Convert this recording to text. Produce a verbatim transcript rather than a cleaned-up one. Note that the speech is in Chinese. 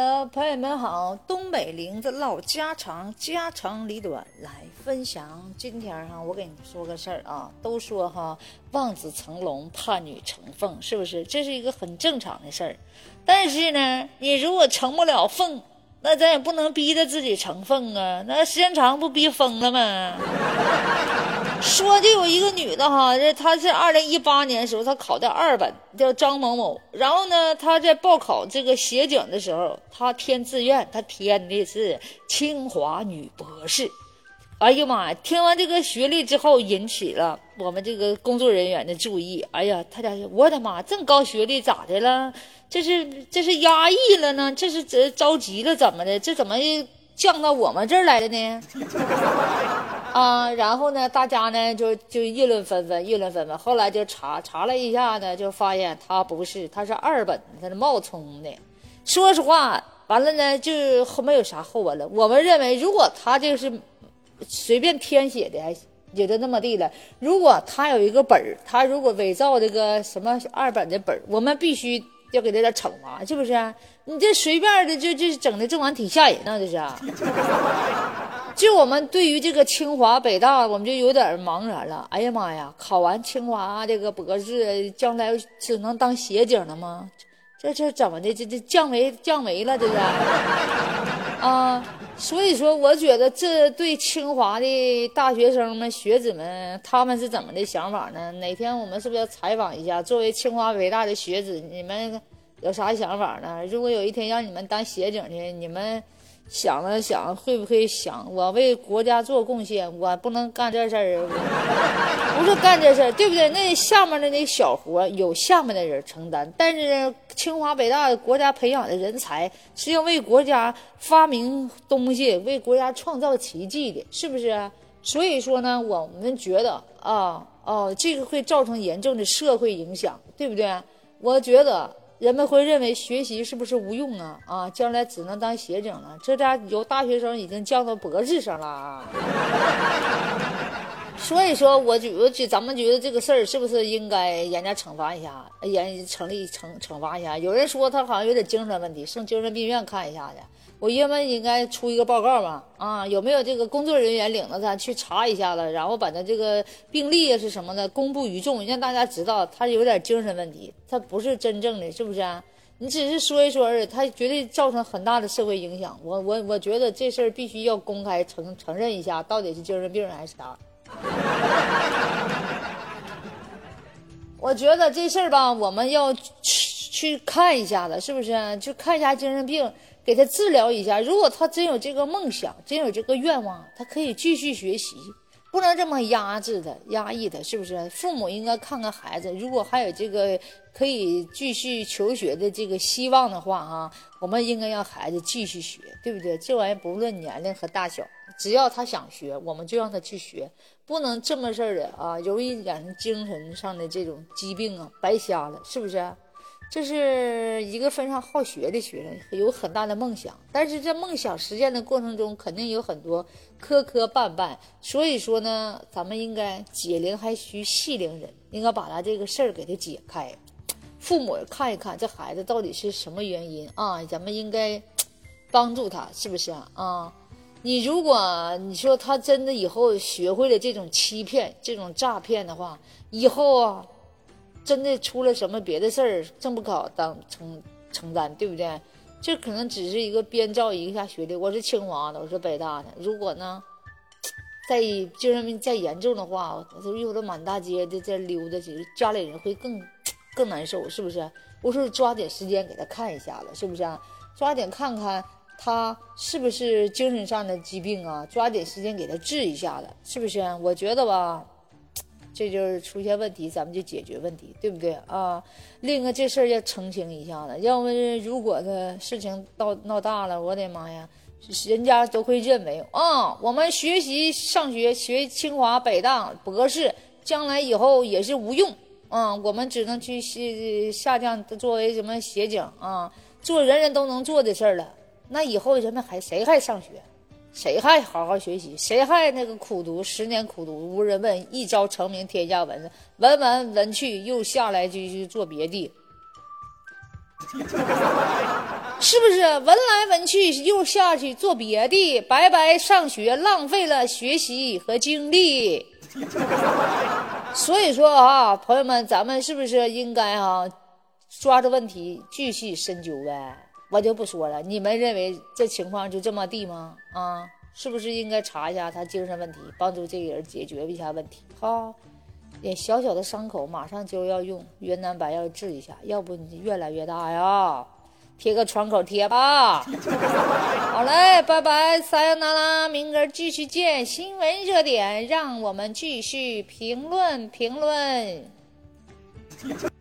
的朋友们好，东北玲子唠家常，家长里短来分享。今天哈，我给你说个事儿啊，都说哈，望子成龙，盼女成凤，是不是？这是一个很正常的事儿。但是呢，你如果成不了凤，那咱也不能逼着自己成凤啊，那时间长不逼疯了吗？说就有一个女的哈，这她是二零一八年的时候，她考的二本，叫张某某。然后呢，她在报考这个协警的时候，她填志愿，她填的是清华女博士。哎呀妈呀！听完这个学历之后，引起了我们这个工作人员的注意。哎呀，他家我的妈，这么高学历咋的了？这是这是压抑了呢？这是这着急了怎么的？这怎么降到我们这儿来了呢？啊，然后呢，大家呢就就议论纷纷，议论纷纷。后来就查查了一下呢，就发现他不是，他是二本，他是冒充的。说实话，完了呢，就后没有啥后文了。我们认为，如果他就是随便填写的，也就那么地了。如果他有一个本儿，他如果伪造这个什么二本的本儿，我们必须要给他点惩罚，是不是？你这随便的就就整的这玩意挺吓人啊，这是。就我们对于这个清华北大，我们就有点茫然了。哎呀妈呀，考完清华这个博士，将来只能当协警了吗？这这怎么的？这这降维降维了，这是啊。所以说，我觉得这对清华的大学生们、学子们，他们是怎么的想法呢？哪天我们是不是要采访一下？作为清华北大的学子，你们有啥想法呢？如果有一天让你们当协警去，你们想了想，会不会想我为国家做贡献，我不能干这事儿，不是干这事儿，对不对？那下面的那小活有下面的人承担，但是清华北大国家培养的人才是要为国家发明东西，为国家创造奇迹的，是不是？所以说呢，我们觉得啊哦，这个会造成严重的社会影响，对不对？我觉得人们会认为学习是不是无用啊？啊，将来只能当协警了。这家有大学生已经降到博士生了啊。所以说，我觉得咱们觉得这个事儿是不是应该人家惩罚一下，严成立惩惩罚一下？有人说他好像有点精神问题，上精神病院看一下去。我认为应该出一个报告吧，啊，有没有这个工作人员领着他去查一下子，然后把他这个病历啊是什么的公布于众，让大家知道他有点精神问题，他不是真正的，是不是啊？你只是说一说而已，他绝对造成很大的社会影响。我我我觉得这事儿必须要公开承承认一下，到底是精神病还是啥？我觉得这事儿吧，我们要去去看一下子，是不是？去看一下精神病。给他治疗一下，如果他真有这个梦想，真有这个愿望，他可以继续学习，不能这么压制他、压抑他，是不是？父母应该看看孩子，如果还有这个可以继续求学的这个希望的话，哈，我们应该让孩子继续学，对不对？这玩意不论年龄和大小，只要他想学，我们就让他去学，不能这么事儿的啊，容易养成精神上的这种疾病啊，白瞎了，是不是？这是一个非常好学的学生，有很大的梦想，但是在梦想实现的过程中，肯定有很多磕磕绊绊。所以说呢，咱们应该解铃还须系铃人，应该把他这个事儿给他解开。父母看一看这孩子到底是什么原因啊，咱们应该帮助他，是不是啊？啊，你如果你说他真的以后学会了这种欺骗、这种诈骗的话，以后啊。真的出了什么别的事儿，真不好当承承担，对不对？这可能只是一个编造一下学历。我是清华的，我是北大的。如果呢，再精神病再严重的话，都有的满大街的在溜达，其实家里人会更更难受，是不是？我说抓紧时间给他看一下了，是不是啊？抓紧看看他是不是精神上的疾病啊？抓紧时间给他治一下了，是不是？我觉得吧。这就是出现问题，咱们就解决问题，对不对啊？另一个这事儿要澄清一下子，要不如果的事情到闹大了，我的妈呀，人家都会认为啊，我们学习上学学清华北大博士，将来以后也是无用啊，我们只能去下降作为什么协警啊，做人人都能做的事儿了。那以后人们还谁还上学？谁还好好学习？谁还那个苦读十年苦读无人问，一朝成名天下闻，闻完闻去又下来就去做别地。 是不是闻来闻去又下去做别的，白白上学，浪费了学习和精力。所以说啊，朋友们，咱们是不是应该啊抓住问题继续深究呗？我就不说了，你们认为这情况就这么地吗？啊，是不是应该查一下他精神问题，帮助这个人解决一下问题？哈，也小小的伤口马上就要用云南白药治一下，要不你越来越大呀。贴个创口贴吧。好嘞，拜拜，撒由那拉，明儿继续见。新闻热点，让我们继续评论评论。